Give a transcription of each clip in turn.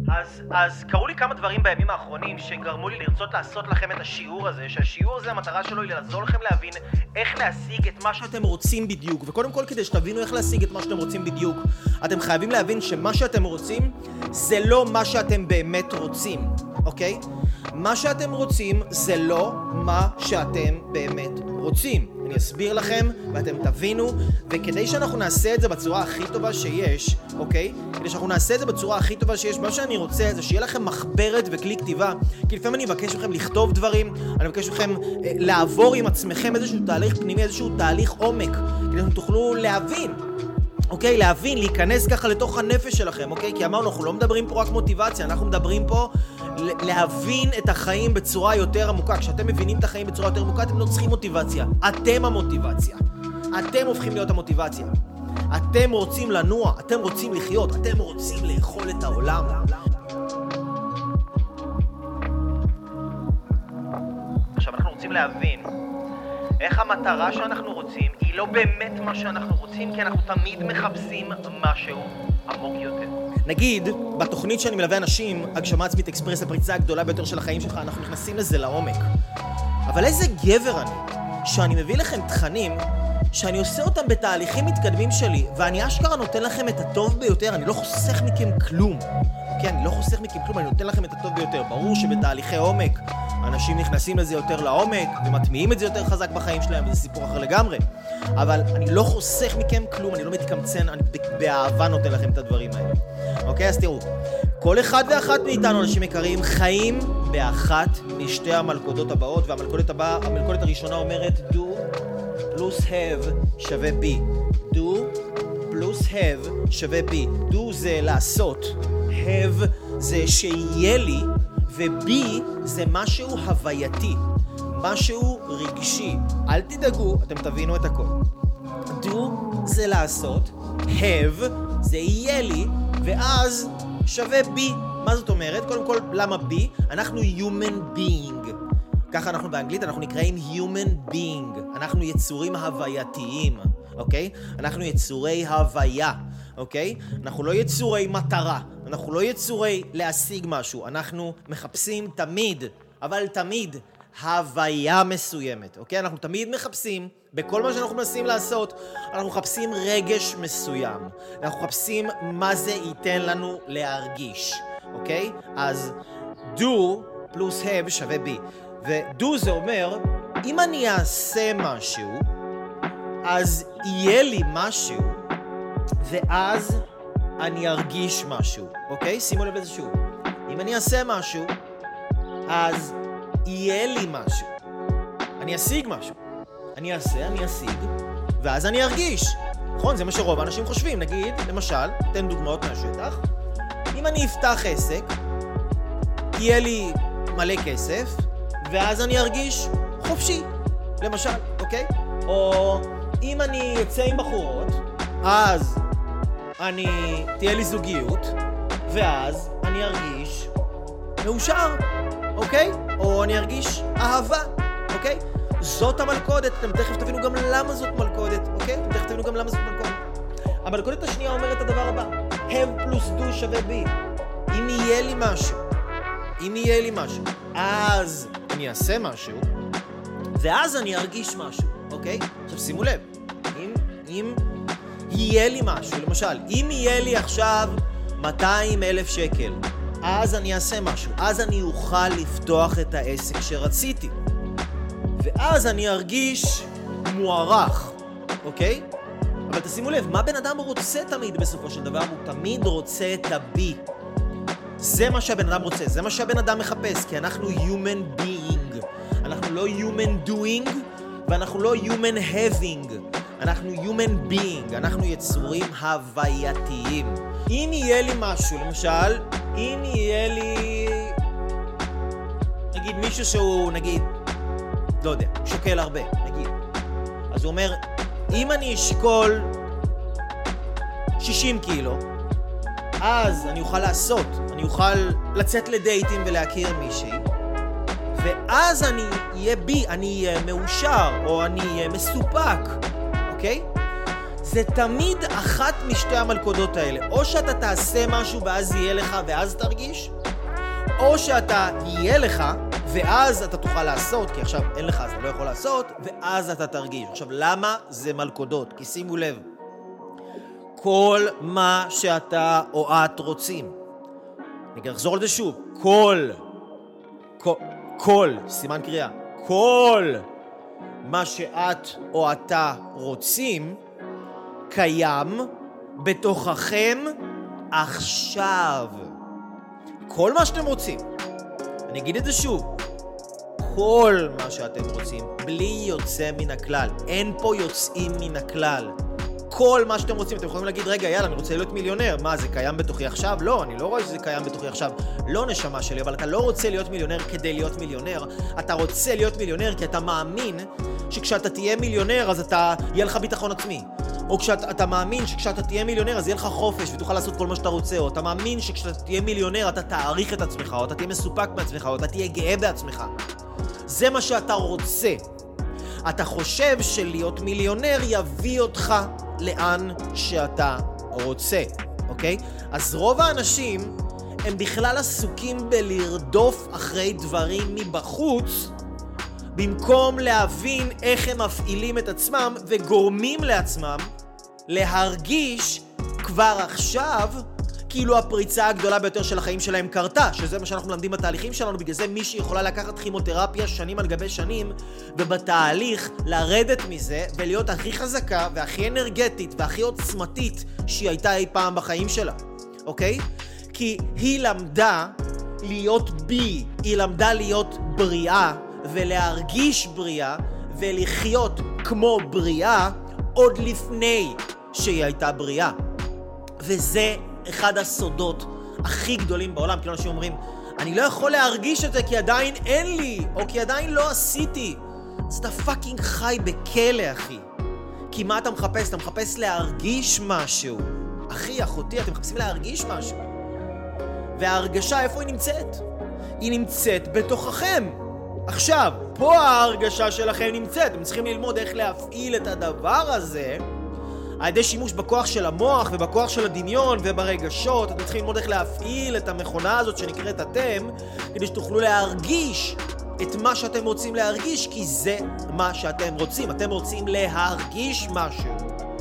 אז קראו לי כמה דברים בימים האחרונים שגרמו לי לרצות לעשות לכם את השיעור הזה, שהשיעור הזה המטרה שלו היא לעזור לכם להבין איך להשיג את מה שאתם רוצים בדיוק. וקודם כל, כדי שתבינו איך להשיג את מה שאתם רוצים בדיוק, אתם חייבים להבין שמה שאתם רוצים זה לא מה שאתם באמת רוצים, אוקיי? מה שאתם רוצים זה לא מה שאתם באמת רוצים. אני אסביר לכם ואתם תבינו, וכדי שאנחנו נעשה את זה בצורה הכי טובה שיש, אוקיי? כדי שאנחנו נעשה את זה בצורה הכי טובה שיש, מה שאני רוצה זה שיהיה לכם מחברת וכלי כתיבה, כי לפעמים אני מבקש מכם לכתוב דברים, אני מבקש מכם לעבור עם עצמכם איזשהו תהליך פנימי, איזשהו תהליך עומק, כדי שאתם תוכלו להבין. אוקיי, להבין, להיכנס ככה לתוך הנפש שלכם, אוקיי? כי אמרנו, אנחנו לא מדברים פה רק מוטיבציה, אנחנו מדברים פה להבין את החיים בצורה יותר עמוקה. כשאתם מבינים את החיים בצורה יותר עמוקה, אתם לא צריכים מוטיבציה. אתם המוטיבציה. אתם הופכים להיות המוטיבציה. אתם רוצים לנוע, אתם רוצים לחיות, אתם רוצים לאכול את העולם. עכשיו, אנחנו רוצים להבין איך המטרה שאנחנו רוצים היא לא באמת מה שאנחנו רוצים, כי אנחנו תמיד מחפשים משהו עמוק יותר. נגיד, בתוכנית שאני מלווה אנשים, הגשמה עצמית אקספרס, הפריצה הגדולה ביותר של החיים שלך, אנחנו נכנסים לזה לעומק. אבל איזה גבר אני, שאני מביא לכם תכנים, שאני עושה אותם בתהליכים מתקדמים שלי, ואני אשכרה נותן לכם את הטוב ביותר, אני לא חוסך מכם כלום. כן, אני לא חוסך מכם כלום, אני נותן לכם את הטוב ביותר. ברור שבתהליכי עומק, אנשים נכנסים לזה יותר לעומק, ומטמיעים את זה יותר חזק בחיים שלהם, וזה סיפור אחר לגמרי. אבל אני לא חוסך מכם כלום, אני לא מתקמצן, אני באהבה נותן לכם את הדברים האלה. אוקיי, אז תראו, כל אחד ואחת מאיתנו, אנשים יקרים, חיים באחת משתי המלכודות הבאות, והמלכודת הבאה, המלכודת הראשונה אומרת, do plus have שווה be. do plus have שווה be. do זה לעשות, have זה שיהיה לי, ו-be זה משהו הווייתי, משהו רגשי. אל תדאגו, אתם תבינו את הכל. do זה לעשות, have זה יהיה לי, ואז שווה be. מה זאת אומרת? קודם כל, למה be? אנחנו human being. ככה אנחנו באנגלית, אנחנו נקראים human being. אנחנו יצורים הווייתיים, אוקיי? אנחנו יצורי הוויה, אוקיי? אנחנו לא יצורי מטרה, אנחנו לא יצורי להשיג משהו. אנחנו מחפשים תמיד, אבל תמיד, הוויה מסוימת, אוקיי? אנחנו תמיד מחפשים, בכל מה שאנחנו מנסים לעשות, אנחנו מחפשים רגש מסוים. אנחנו מחפשים מה זה ייתן לנו להרגיש, אוקיי? אז do פלוס have שווה be. ו-do זה אומר, אם אני אעשה משהו, אז יהיה לי משהו, ואז אני ארגיש משהו, אוקיי? שימו לב לזה שוב. אם אני אעשה משהו, אז יהיה לי משהו. אני אשיג משהו. אני אעשה, אני אשיג, ואז אני ארגיש. נכון? זה מה שרוב האנשים חושבים. נגיד, למשל, תן דוגמאות מהשטח. אם אני אפתח עסק, יהיה לי מלא כסף, ואז אני ארגיש חופשי, למשל, אוקיי? או אם אני אצא עם בחורות, אז תהיה לי זוגיות, ואז אני ארגיש מאושר, אוקיי? או אני ארגיש אהבה, אוקיי? זאת המלכודת, אתם תכף תבינו גם למה זאת מלכודת, אוקיי? אתם תכף תבינו גם למה זאת מלכודת. המלכודת השנייה אומרת את הדבר הבא, have פלוס do שווה be. אם יהיה לי משהו, אז אני אעשה משהו, ואז אני ארגיש משהו, אוקיי? עכשיו שימו לב, אם יהיה לי משהו, למשל, אם יהיה לי עכשיו 200,000 שקל, אז אני אעשה משהו, אז אני אוכל לפתוח את העסק שרציתי, ואז אני ארגיש מוערך, אוקיי? אבל תשימו לב, מה בן אדם רוצה תמיד בסופו של דבר? הוא תמיד רוצה את הבי. זה מה שהבן אדם רוצה, זה מה שהבן אדם מחפש, כי אנחנו human being. אנחנו לא human doing, ואנחנו לא human having. אנחנו human being, אנחנו יצורים הווייתיים. אם יהיה לי משהו, למשל, אם יהיה לי, נגיד מישהו שהוא, נגיד, לא יודע, שוקל הרבה, נגיד. אז הוא אומר, אם אני אשקול 60 קילו, אז אני אוכל לעשות, אני אוכל לצאת לדייטים ולהכיר מישהי, ואז אני אהיה בי, אני אהיה מאושר, או אני אהיה מסופק, אוקיי? זה תמיד אחת משתי המלכודות האלה. או שאתה תעשה משהו ואז יהיה לך ואז תרגיש, או שאתה יהיה לך ואז אתה תוכל לעשות, כי עכשיו אין לך אז אתה לא יכול לעשות, ואז אתה תרגיש. עכשיו, למה זה מלכודות? כי שימו לב, כל מה שאתה או את רוצים, אני אחזור על זה שוב, כל, סימן קריאה, כל מה שאת או אתה רוצים, קיים בתוככם עכשיו. כל מה שאתם רוצים, אני אגיד את זה שוב, כל מה שאתם רוצים, בלי יוצא מן הכלל. אין פה יוצאים מן הכלל. כל מה שאתם רוצים, אתם יכולים להגיד, רגע, יאללה, אני רוצה להיות מיליונר. מה, זה קיים בתוכי עכשיו? לא, אני לא רואה שזה קיים בתוכי עכשיו. לא נשמה שלי, אבל אתה לא רוצה להיות מיליונר כדי להיות מיליונר. אתה רוצה להיות מיליונר כי אתה מאמין שכשאתה תהיה מיליונר, אז יהיה לך ביטחון עצמי. או כשאתה מאמין שכשאתה תהיה מיליונר, אז יהיה לך חופש ותוכל לעשות כל מה שאתה רוצה. או אתה מאמין שכשאתה תהיה מיליונר, אתה תעריך את עצמך, או אתה תהיה מסופק בעצמך, או אתה תהיה גאה בעצמך. זה מה שאתה רוצה. אתה חושב שלהיות מיליונר יביא אותך לאן שאתה רוצה, אוקיי? אז רוב האנשים הם בכלל עסוקים בלרדוף אחרי דברים מבחוץ, במקום להבין איך הם מפעילים את עצמם וגורמים לעצמם להרגיש כבר עכשיו כאילו הפריצה הגדולה ביותר של החיים שלהם קרתה, שזה מה שאנחנו מלמדים בתהליכים שלנו. בגלל זה מישהי יכולה לקחת כימותרפיה שנים על גבי שנים, ובתהליך לרדת מזה ולהיות הכי חזקה והכי אנרגטית והכי עוצמתית שהיא הייתה אי פעם בחיים שלה, אוקיי? כי היא למדה להיות בי, היא למדה להיות בריאה ולהרגיש בריאה ולחיות כמו בריאה עוד לפני שהיא הייתה בריאה. וזה אחד הסודות הכי גדולים בעולם. כאילו אנשים אומרים, אני לא יכול להרגיש את זה כי עדיין אין לי, או כי עדיין לא עשיתי. אז אתה פאקינג חי בכלא, אחי. כי מה אתה מחפש? אתה מחפש להרגיש משהו. אחי, אחותי, אתם מחפשים להרגיש משהו. וההרגשה, איפה היא נמצאת? היא נמצאת בתוככם. עכשיו, פה ההרגשה שלכם נמצאת. אתם צריכים ללמוד איך להפעיל את הדבר הזה על ידי שימוש בכוח של המוח ובכוח של הדמיון וברגשות. אתם צריכים ללמוד איך להפעיל את המכונה הזאת שנקראת אתם, כדי שתוכלו להרגיש את מה שאתם רוצים להרגיש, כי זה מה שאתם רוצים. אתם רוצים להרגיש משהו.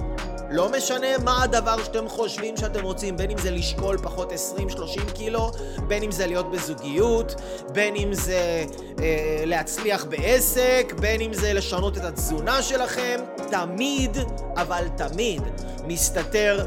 לא משנה מה הדבר שאתם חושבים שאתם רוצים, בין אם זה לשקול פחות 20-30 קילו, בין אם זה להיות בזוגיות, בין אם זה להצליח בעסק, בין אם זה לשנות את התזונה שלכם. תמיד, אבל תמיד, מסתתר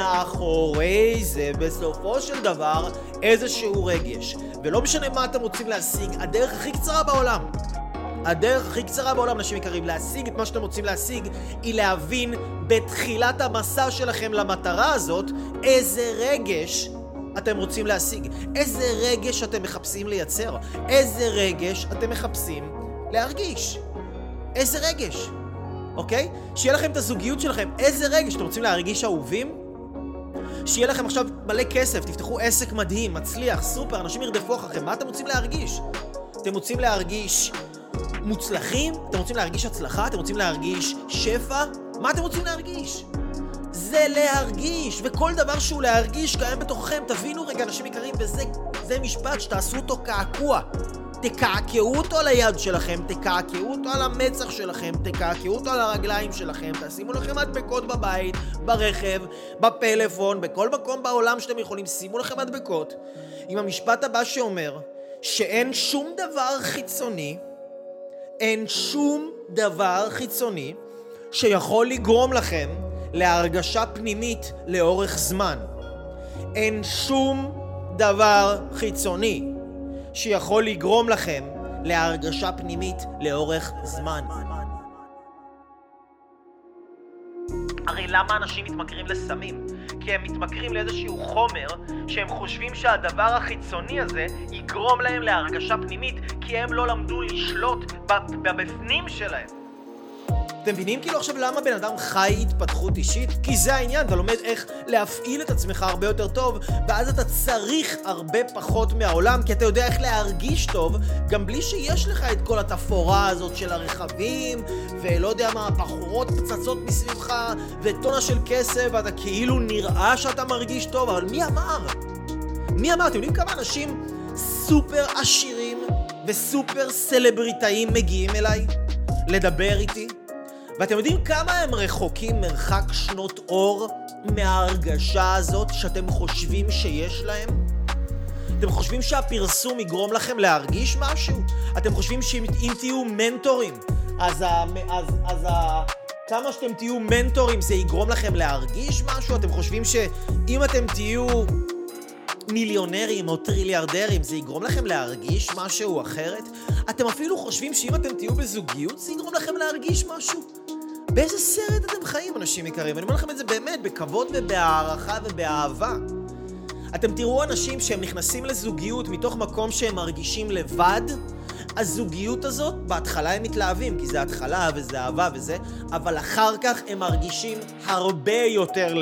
מאחורי זה בסופו של דבר איזשהו רגש. ולא משנה מה אתם רוצים להשיג, הדרך הכי קצרה בעולם, הדרך הכי קצרה בעולם, אנשים יקרים, להשיג את מה שאתם רוצים להשיג, היא להבין בתחילת המסע שלכם למטרה הזאת, איזה רגש אתם רוצים להשיג, איזה רגש אתם מחפשים לייצר, איזה רגש אתם מחפשים להרגיש, איזה רגש, אוקיי? שיהיה לכם את הזוגיות שלכם, איזה רגש אתם רוצים להרגיש אהובים? שיהיה לכם עכשיו מלא כסף, תפתחו עסק מדהים, מצליח, סופר, אנשים ירדפו אחריכם, מה אתם רוצים להרגיש? אתם רוצים להרגיש מוצלחים? אתם רוצים להרגיש הצלחה? אתם רוצים להרגיש שפע? מה אתם רוצים להרגיש? זה להרגיש, וכל דבר שהוא להרגיש קיים בתוככם. תבינו רגע, אנשים יקרים, וזה משפט שתעשו אותו קעקוע. תקעקעו אותו על היד שלכם, תקעקעו אותו על המצח שלכם, תקעקעו אותו על הרגליים שלכם, תשימו לכם מדבקות בבית, ברכב, בפלאפון, בכל מקום בעולם שאתם יכולים, שימו לכם מדבקות עם המשפט הבא שאומר שאין שום דבר חיצוני, אין שום דבר חיצוני שיכול לגרום לכם להרגשה פנימית לאורך זמן. אין שום דבר חיצוני שיכול לגרום לכם להרגשה פנימית לאורך זמן. הרי למה אנשים מתמכרים לסמים? כי הם מתמכרים לאיזשהו חומר שהם חושבים שהדבר החיצוני הזה יגרום להם להרגשה פנימית, כי הם לא למדו לשלוט בבפנים שלהם. אתם מבינים כאילו עכשיו למה בן אדם חי התפתחות אישית? כי זה העניין, אתה לומד איך להפעיל את עצמך הרבה יותר טוב, ואז אתה צריך הרבה פחות מהעולם, כי אתה יודע איך להרגיש טוב, גם בלי שיש לך את כל התפאורה הזאת של הרכבים, ולא יודע מה, בחורות פצצות מסביבך, וטונה של כסף, ואתה כאילו נראה שאתה מרגיש טוב, אבל מי אמר? מי אמר? אתם יודעים כמה אנשים סופר עשירים וסופר סלבריטאים מגיעים אליי לדבר איתי? ואתם יודעים כמה הם רחוקים מרחק שנות אור מההרגשה הזאת שאתם חושבים שיש להם? אתם חושבים שהפרסום יגרום לכם להרגיש משהו? אתם חושבים שאם תהיו מנטורים, כמה שאתם תהיו מנטורים זה יגרום לכם להרגיש משהו? אתם חושבים שאם אתם תהיו מיליונרים או טריליארדרים זה יגרום לכם להרגיש משהו אחרת? אתם אפילו חושבים שאם אתם תהיו בזוגיות זה יגרום לכם להרגיש משהו? באיזה סרט אתם חיים, אנשים יקרים? אני אומר לכם את זה באמת בכבוד ובהערכה ובאהבה. אתם תראו אנשים שהם נכנסים לזוגיות מתוך מקום שהם מרגישים לבד. הזוגיות הזאת, בהתחלה הם מתלהבים, כי זה התחלה וזה אהבה וזה, אבל אחר כך הם מרגישים הרבה יותר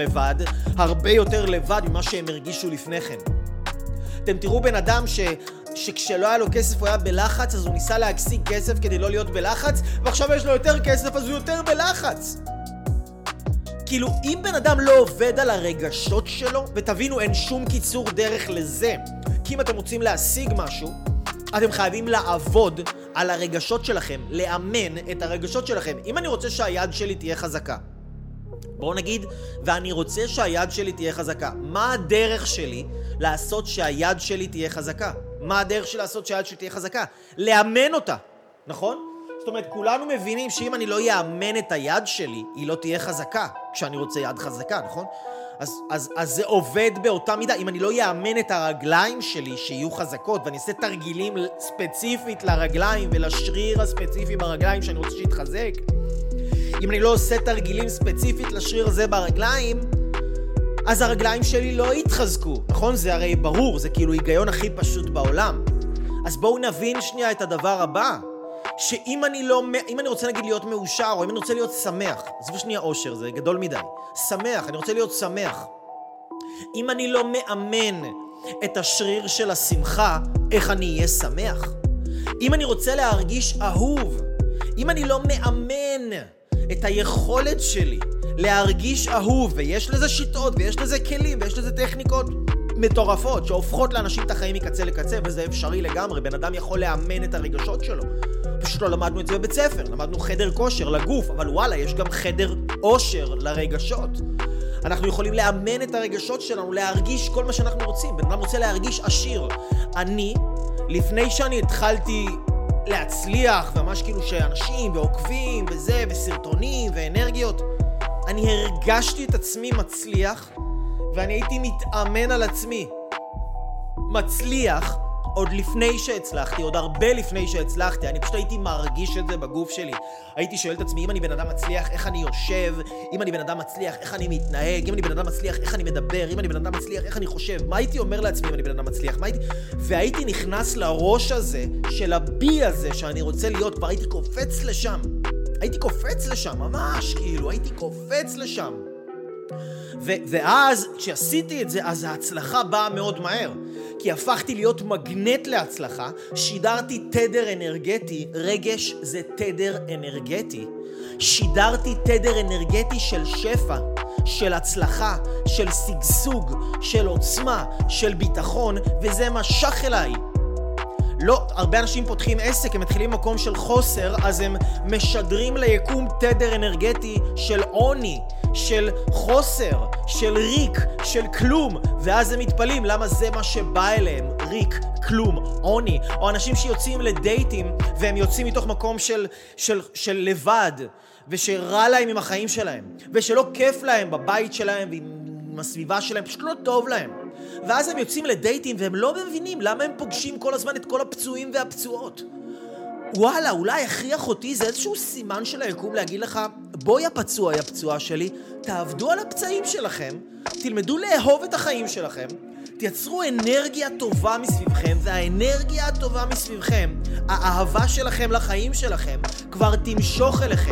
לבד ממה שהם הרגישו לפני כן. אתם תראו בן אדם שכשלא היה לו כסף הוא היה בלחץ, אז הוא ניסה להשיג כסף כדי לא להיות בלחץ, ועכשיו יש לו יותר כסף אז הוא יותר בלחץ. כאילו, אם בן אדם לא עובד על הרגשות שלו, ותבינו, אין שום קיצור דרך לזה, כי אם אתם רוצים להשיג משהו, אתם חייבים לעבוד על הרגשות שלכם, לאמן את הרגשות שלכם. אם אני רוצה שהיד שלי תהיה חזקה, בואו נגיד, ואני רוצה שהיד שלי תהיה חזקה, מה הדרך שלי לעשות שהיד שלי תהיה חזקה? מה הדרך שלי לעשות שהיד שלי תהיה חזקה? לאמן אותה, נכון? זאת אומרת, כולנו מבינים שאם אני לא יאמן את היד שלי, היא לא תהיה חזקה, כשאני רוצה יד חזקה, נכון? אז זה עובד באותה מידה. אם אני לא יאמן את הרגליים שלי שיהיו חזקות, ואני אעשה תרגילים ספציפית לרגליים ולשריר הספציפי ברגליים שאני רוצה שיתחזק, אם אני לא עושה תרגילים ספציפית לשריר הזה ברגליים, אז הרגליים שלי לא יתחזקו, נכון? זה הרי ברור, זה כאילו היגיון הכי פשוט בעולם. אז בואו נבין שנייה את הדבר הבא, שאם אני רוצה נגיד להיות מאושר, או אם אני רוצה להיות שמח, עזבו שנייה אושר, זה גדול מדי. שמח, אני רוצה להיות שמח. אם אני לא מאמן את השריר של השמחה, איך אני אהיה שמח? אם אני רוצה להרגיש אהוב, אם אני לא מאמן את היכולת שלי להרגיש אהוב, ויש לזה שיטות, ויש לזה כלים, ויש לזה טכניקות מטורפות שהופכות לאנשים את החיים מקצה לקצה, וזה אפשרי לגמרי. בן אדם יכול לאמן את הרגשות שלו. פשוט לא למדנו את זה בבית ספר, למדנו חדר כושר לגוף, אבל וואלה, יש גם חדר אושר לרגשות. אנחנו יכולים לאמן את הרגשות שלנו, להרגיש כל מה שאנחנו רוצים. בן אדם רוצה להרגיש עשיר. אני, לפני שאני התחלתי להצליח, וממש כאילו שאנשים ועוקבים וזה, וסרטונים ואנרגיות, אני הרגשתי את עצמי מצליח, ואני הייתי מתאמן על עצמי מצליח עוד לפני שהצלחתי, עוד הרבה לפני שהצלחתי. אני פשוט הייתי מרגיש את זה בגוף שלי. הייתי שואל את עצמי, אם אני בן אדם מצליח, איך אני יושב? אם אני בן אדם מצליח, איך אני מתנהג? אם אני בן אדם מצליח, איך אני מדבר? אם אני בן אדם מצליח, איך אני חושב? מה הייתי אומר לעצמי אם אני בן אדם מצליח? והייתי נכנס לראש הזה, של הבי הזה שאני רוצה להיות, כבר הייתי קופץ לשם. הייתי קופץ לשם, ממש, כאילו, הייתי קופץ לשם. ואז, כשעשיתי את זה, אז ההצלחה באה מאוד מהר. כי הפכתי להיות מגנט להצלחה, שידרתי תדר אנרגטי, רגש זה תדר אנרגטי. שידרתי תדר אנרגטי של שפע, של הצלחה, של סגסוג, של עוצמה, של ביטחון, וזה משך אליי. לא, הרבה אנשים פותחים עסק, הם מתחילים במקום של חוסר, אז הם משדרים ליקום תדר אנרגטי של עוני, של חוסר, של ריק, של כלום, ואז הם מתפלים למה זה מה שבא אליהם, ריק, כלום, עוני. או אנשים שיוצאים לדייטים והם יוצאים מתוך מקום של לבד, ושרע להם עם החיים שלהם, ושלא כיף להם בבית שלהם ועם הסביבה שלהם, פשוט לא טוב להם. ואז הם יוצאים לדייטים והם לא מבינים למה הם פוגשים כל הזמן את כל הפצועים והפצועות. וואלה, אולי הכריח אותי, זה איזשהו סימן של היקום להגיד לך, בואי הפצוע, הפצועה שלי, תעבדו על הפצעים שלכם, תלמדו לאהוב את החיים שלכם, תייצרו אנרגיה טובה מסביבכם, והאנרגיה הטובה מסביבכם, האהבה שלכם לחיים שלכם, כבר תמשוך אליכם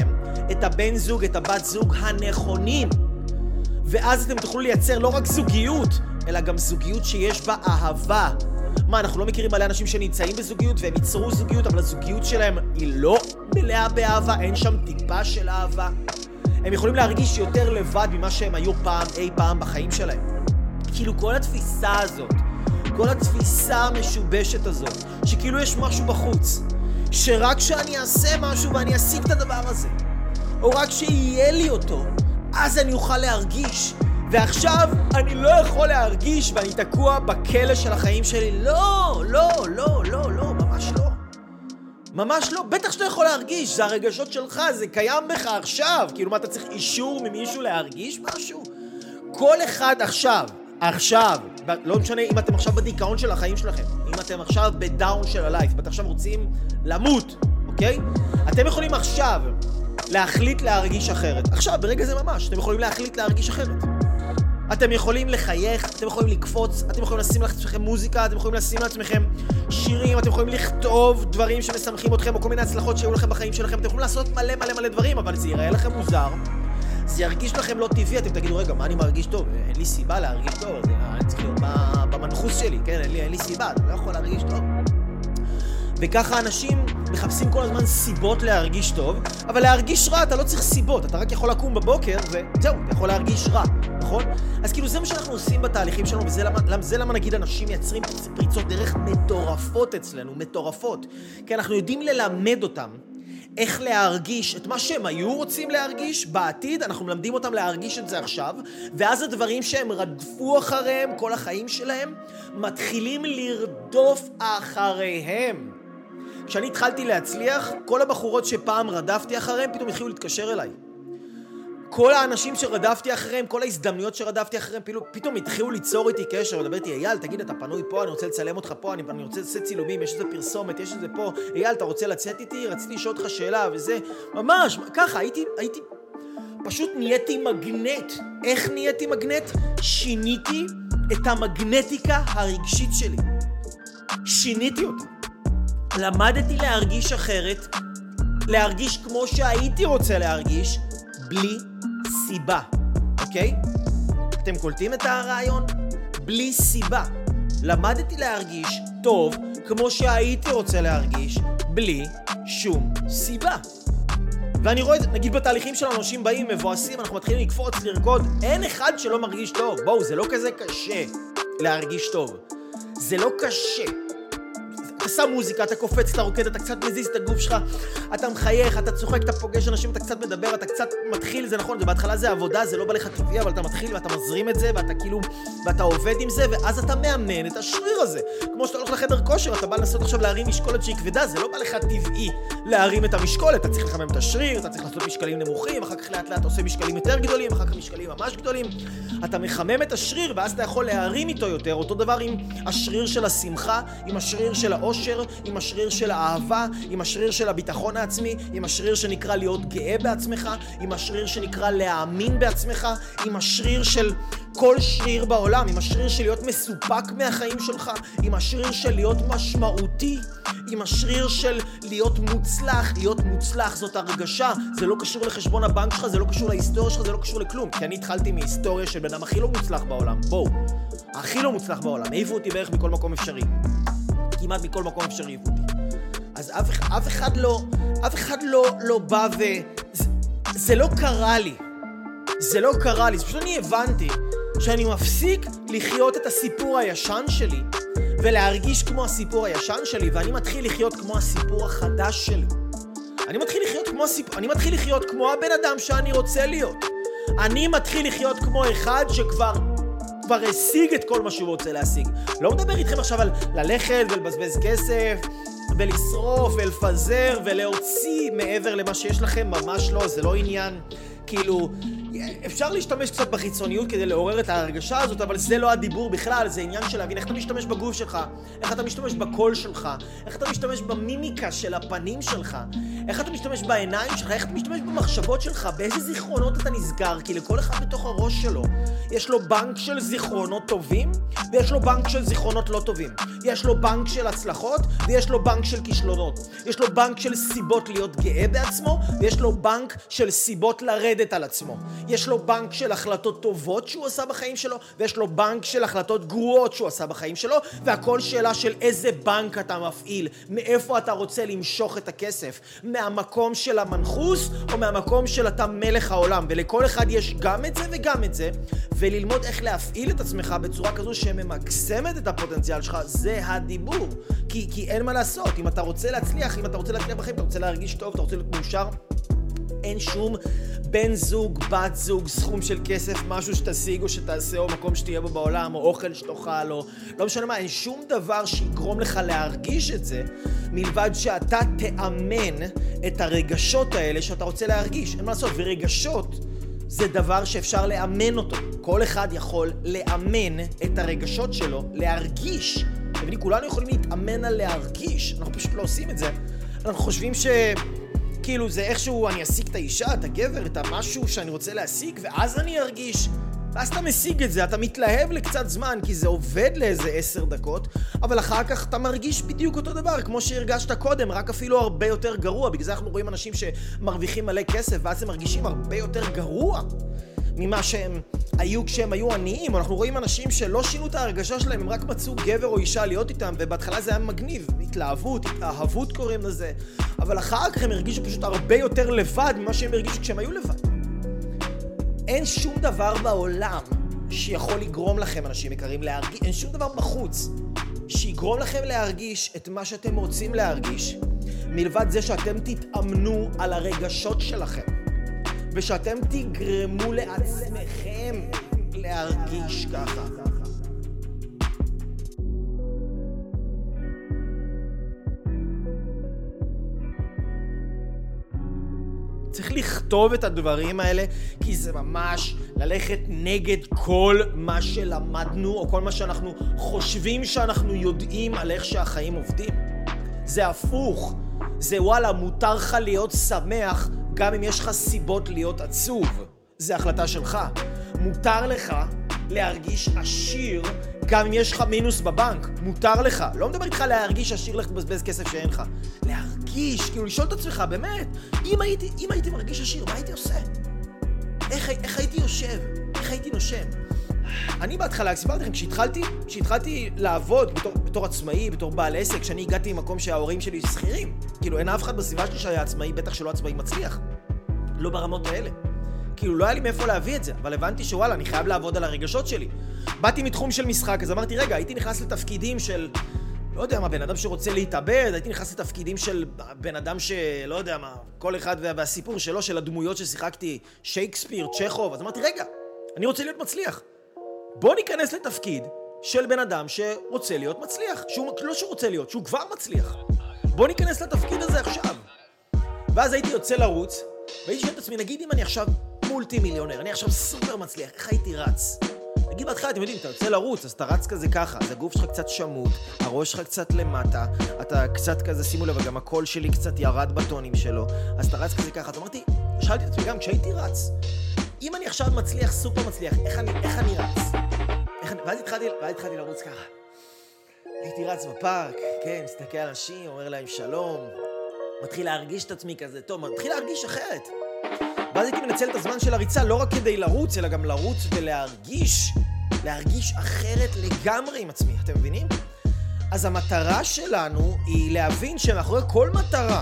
את הבן זוג, את הבת זוג הנכונים. ואז אתם תוכלו לייצר לא רק זוגיות, אלא גם זוגיות שיש בה אהבה. מה, אנחנו לא מכירים מלא אנשים שנמצאים בזוגיות והם ייצרו זוגיות, אבל הזוגיות שלהם היא לא מלאה באהבה, אין שם טיפה של אהבה. הם יכולים להרגיש יותר לבד ממה שהם היו אי פעם בחיים שלהם. כאילו כל התפיסה הזאת, כל התפיסה המשובשת הזאת, שכאילו יש משהו בחוץ, שרק שאני אעשה משהו ואני אשיג את הדבר הזה, או רק שיהיה לי אותו, אז אני אוכל להרגיש. ועכשיו אני לא יכול להרגיש ואני תקוע בכלא של החיים שלי. לא, לא, לא, לא, לא, ממש לא. ממש לא. בטח שאתה יכול להרגיש, זה הרגשות שלך, זה קיים בך עכשיו. כאילו מה, אתה צריך אישור ממישהו להרגיש משהו? כל אחד עכשיו, לא משנה אם אתם עכשיו בדיכאון של החיים שלכם, אם אתם עכשיו בדאון של הלייף, ואתם עכשיו רוצים למות, אוקיי? אתם יכולים עכשיו להחליט להרגיש אחרת. עכשיו, ברגע זה ממש, אתם יכולים להחליט להרגיש אחרת. אתם יכולים לחייך, אתם יכולים לקפוץ, אתם יכולים לשים לעצמכם מוזיקה, אתם יכולים לשים לעצמכם שירים, אתם יכולים לכתוב דברים שמשמחים אתכם, או כל מיני הצלחות שהיו לכם בחיים שלכם. אתם יכולים לעשות מלא מלא מלא דברים, אבל זה ייראה לכם מוזר. זה ירגיש לכם לא טבעי, אתם תגידו, רגע, מה אני מרגיש טוב? אין לי סיבה להרגיש טוב, אני צריך להיות במנחוס שלי, כן? אין לי סיבה, אני לא יכול להרגיש טוב. וככה אנשים מחפשים כל הזמן סיבות להרגיש טוב, אבל להרגיש רע אתה לא צריך סיבות, אתה רק יכול לקום בבוקר וזהו, אתה יכול להרגיש רע, נכון? אז כאילו זה מה שאנחנו עושים בתהליכים שלנו, וזה למה נגיד אנשים מייצרים פריצות דרך מטורפות אצלנו, מטורפות, כי אנחנו יודעים ללמד אותם איך להרגיש את מה שהם היו רוצים להרגיש בעתיד, אנחנו מלמדים אותם להרגיש את זה עכשיו, ואז הדברים שהם רדפו אחריהם כל החיים שלהם, מתחילים לרדוף אחריהם. כשאני התחלתי להצליח, כל הבחורות שפעם רדפתי אחריהם, פתאום התחילו להתקשר אליי. כל האנשים שרדפתי אחריהם, כל ההזדמנויות שרדפתי אחריהם, פתאום התחילו ליצור איתי קשר, ולדבר איתי, אייל, תגיד, אתה פנוי פה, אני רוצה לצלם אותך פה, אני רוצה לעשות צילומים, יש איזה פרסומת, יש איזה פה, אייל, אתה רוצה לצאת איתי? רציתי לשאול אותך שאלה, וזה, ממש, ככה, הייתי, פשוט נהייתי מגנט. איך נהייתי מגנט? שיניתי את המגנטיקה הרגשית שלי. שיניתי אותה. למדתי להרגיש אחרת, להרגיש כמו שהייתי רוצה להרגיש, בלי סיבה, אוקיי? אתם קולטים את הרעיון? בלי סיבה. למדתי להרגיש טוב כמו שהייתי רוצה להרגיש, בלי שום סיבה. ואני רואה את זה, נגיד בתהליכים של אנשים באים, מבואסים, אנחנו מתחילים לקפוץ, לרקוד, אין אחד שלא מרגיש טוב. בואו, זה לא כזה קשה להרגיש טוב. זה לא קשה. אתה שם מוזיקה, אתה קופץ, אתה רוקד, אתה קצת מזיז את הגוף שלך, אתה מחייך, אתה צוחק, אתה פוגש אנשים, אתה קצת מדבר, אתה קצת מתחיל, זה נכון, בהתחלה זה עבודה, זה לא בא לך טבעי, אבל אתה מתחיל ואתה מזרים את זה, ואתה כאילו, ואתה עובד עם זה, ואז אתה מאמן את השריר הזה. כמו שאתה הולך לחדר כושר, אתה בא לנסות עכשיו להרים משקולת שהיא כבדה, זה לא בא לך טבעי להרים את המשקולת, אתה צריך לחמם את השריר, אתה צריך לעשות משקלים נמוכים, אחר כך לאט לאט עושה משקלים יותר גדולים, אחר כך משקלים ממש גדולים. אתה מחמם את השריר, ואז אתה יכול להרים איתו יותר. אותו דבר עם השריר של השמחה, עם השריר של האושר, עם השריר של האהבה, עם השריר של הביטחון העצמי, עם השריר שנקרא להיות גאה בעצמך, עם השריר שנקרא להאמין בעצמך, עם השריר של כל שריר בעולם, עם השריר של להיות מסופק מהחיים שלך, עם השריר של להיות משמעותי, עם השריר של להיות מוצלח. להיות מוצלח זאת הרגשה, זה לא קשור לחשבון הבנק שלך, זה לא קשור להיסטוריה שלך, זה לא קשור לכלום, כי אני התחלתי מהיסטוריה של בן אדם הכי לא מוצלח בעולם. בואו, הכי לא מוצלח בעולם, העיפו אותי בערך מכל מקום אפשרי, כמעט מכל מקום אפשרי העיפו אותי. אז אף אחד לא בא זה לא קרה לי. זה לא קרה לי, זה פשוט אני הבנתי שאני מפסיק לחיות את הסיפור הישן שלי ולהרגיש כמו הסיפור הישן שלי, ואני מתחיל לחיות כמו הסיפור החדש שלי. אני מתחיל לחיות כמו הבן אדם שאני רוצה להיות. אני מתחיל לחיות כמו אחד שכבר השיג את כל מה שהוא רוצה להשיג. לא מדבר איתכם עכשיו על ללכת ולבזבז כסף ולשרוף ולפזר ולהוציא מעבר למה שיש לכם, ממש לא, זה לא עניין. כאילו, אפשר להשתמש קצת בחיצוניות כדי לעורר את ההרגשה הזאת, אבל זה לא הדיבור בכלל, זה עניין של להבין איך אתה משתמש בגוף שלך, איך אתה משתמש בקול שלך, איך אתה משתמש במימיקה של הפנים שלך, איך אתה משתמש בעיניים שלך, איך אתה משתמש במחשבות שלך, באיזה זיכרונות אתה נזכר, כי לכל אחד בתוך הראש שלו יש לו בנק של זיכרונות טובים, ויש לו בנק של זיכרונות לא טובים. יש לו בנק של הצלחות, ויש לו בנק של כישלונות. יש לו בנק של סיבות להיות גאה בעצמו, ויש לו בנק של סיבות לרדת על עצמו. יש לו בנק של החלטות טובות שהוא עשה בחיים שלו, ויש לו בנק של החלטות גרועות שהוא עשה בחיים שלו, והכל שאלה של איזה בנק אתה מפעיל, מאיפה אתה רוצה למשוך את הכסף, מהמקום של המנחוס, או מהמקום של אתה מלך העולם. ולכל אחד יש גם את זה וגם את זה, וללמוד איך להפעיל את עצמך בצורה כזו שממקסמת את הפוטנציאל שלך, זה הדיבור. כי אין מה לעשות, אם אתה רוצה להצליח, בחיים, אתה רוצה להרגיש טוב, אתה רוצה להיות מאושר, אין שום בן זוג, בת זוג, סכום של כסף, משהו שתשיג או שתעשה, או מקום שתהיה בו בעולם, או אוכל שתאכל, או לא משנה מה, אין שום דבר שיגרום לך להרגיש את זה, מלבד שאתה תאמן את הרגשות האלה שאתה רוצה להרגיש. אין מה לעשות, ורגשות זה דבר שאפשר לאמן אותו. כל אחד יכול לאמן את הרגשות שלו, להרגיש. כולנו יכולים להתאמן על להרגיש, אנחנו פשוט לא עושים את זה. אנחנו חושבים כאילו זה איכשהו אני אשיג את האישה, את הגבר, את המשהו שאני רוצה להשיג, ואז אני ארגיש. ואז אתה משיג את זה, אתה מתלהב לקצת זמן, כי זה עובד לאיזה 10 דקות, אבל אחר כך אתה מרגיש בדיוק אותו דבר, כמו שהרגשת קודם, רק אפילו הרבה יותר גרוע. בגלל זה אנחנו רואים אנשים שמרוויחים מלא כסף, ואז הם מרגישים הרבה יותר גרוע ממה שהם היו כשהם היו עניים. אנחנו רואים אנשים שלא שינו את ההרגשה שלהם, הם רק מצאו גבר או אישה להיות איתם, ובהתחלה זה היה מגניב, התלהבות, התאהבות קוראים לזה, אבל אחר כך הם הרגישו פשוט הרבה יותר לבד ממה שהם הרגישו כשהם היו לבד. אין שום דבר בעולם שיכול לגרום לכם, אנשים יקרים, להרגיש, אין שום דבר בחוץ שיגרום לכם להרגיש את מה שאתם רוצים להרגיש, מלבד זה שאתם תתאמנו על הרגשות שלכם, ושאתם תגרמו לעצמכם להרגיש ככה. צריך לכתוב את הדברים האלה, כי זה ממש ללכת נגד כל מה שלמדנו, או כל מה שאנחנו חושבים שאנחנו יודעים על איך שהחיים עובדים. זה הפוך. זה וואלה, מותר לך להיות שמח, גם אם יש לך סיבות להיות עצוב. זה החלטה שלך. מותר לך להרגיש עשיר, גם אם יש לך מינוס בבנק. מותר לך. לא מדבר איתך להרגיש עשיר, לך לבזבז כסף שאין לך. להרגיש, כאילו לשאול את עצמך, באמת, אם הייתי מרגיש עשיר, מה הייתי עושה? איך הייתי יושב? איך הייתי נושם? אני בהתחלה, סיפרתי לכם, כשהתחלתי לעבוד בתור עצמאי, בתור בעל עסק, כשאני הגעתי ממקום שההורים שלי שכירים, כאילו אין אף אחד בסביבה שלי שהיה עצמאי, בטח שלא עצמאי מצליח. לא ברמות האלה. כאילו לא היה לי מאיפה להביא את זה, אבל הבנתי שוואלה, אני חייב לעבוד על הרגשות שלי. באתי מתחום של משחק, אז אמרתי, רגע, הייתי נכנס לתפקידים של, לא יודע מה, בן אדם שרוצה להתאבד, הייתי נכנס לתפקידים של בן אדם שלא יודע מה, כל אחד והסיפור שלו, של הדמויות ששיחקתי, שייקספיר, צ'כוב, אז אמרתי, רגע, אני רוצה להיות מצליח. בוא ניכנס לתפקיד של בן אדם שרוצה להיות מצליח, לא שהוא רוצה להיות, שהוא כבר מצליח. בוא ניכנס לתפקיד הזה עכשיו. ואז הייתי יוצא לרוץ, והייתי שואל את עצמי, נגיד אם אני עכשיו מולטי מיליונר, אני עכשיו סופר מצליח, איך הייתי רץ? נגיד בהתחלה, אתם יודעים, אתה יוצא לרוץ, אז אתה רץ כזה ככה, אז הגוף שלך קצת שמות, הראש שלך קצת למטה, אתה קצת כזה, שימו לב, גם הקול שלי קצת ירד בטונים שלו, אז אתה רץ כזה ככה, אז אמרתי, שאלתי את עצמי גם, כשהייתי רץ, אם אני עכשיו מצליח, סופר מצליח, איך אני רץ? ואז התחלתי לרוץ ככה. הייתי רץ בפארק, כן, מסתכל על אנשים, אומר להם שלום, מתחיל להרגיש את עצמי כזה, טוב, מתחיל להרגיש אחרת. ואז הייתי מנצל את הזמן של הריצה לא רק כדי לרוץ, אלא גם לרוץ להרגיש אחרת לגמרי עם עצמי, אתם מבינים? אז המטרה שלנו היא להבין שמאחורי כל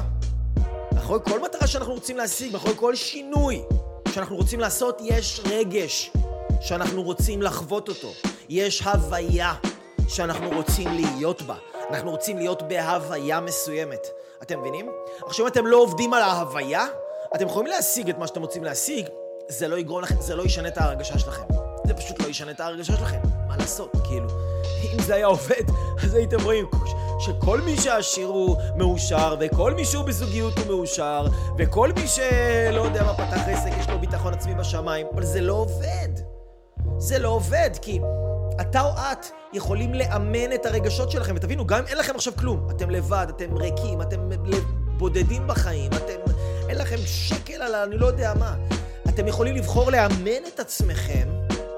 מטרה שאנחנו רוצים להשיג, מאחורי כל שינוי שאנחנו רוצים לעשות, יש רגש שאנחנו רוצים לחוות אותו. יש הוויה שאנחנו רוצים להיות בה. אנחנו רוצים להיות בהוויה מסוימת. אתם מבינים? עכשיו אם אתם לא עובדים על ההוויה, אתם יכולים להשיג את מה שאתם רוצים להשיג, זה לא יגרום לכם, זה לא ישנה את ההרגשה שלכם. זה פשוט לא ישנה את ההרגשה שלכם. מה לעשות? כאילו, אם זה היה עובד, אז הייתם רואים, שכל מי שעשיר הוא מאושר, וכל מי שהוא בזוגיות הוא מאושר, וכל מי שלא יודע מה פתח עסק יש לו ביטחון עצמי בשמיים, אבל זה לא עובד. זה לא עובד, כי אתה או את יכולים לאמן את הרגשות שלכם, ותבינו, גם אם אין לכם עכשיו כלום, אתם לבד, אתם ריקים, אתם בודדים בחיים, אין לכם שקל על אני לא יודע מה, אתם יכולים לבחור לאמן את עצמכם,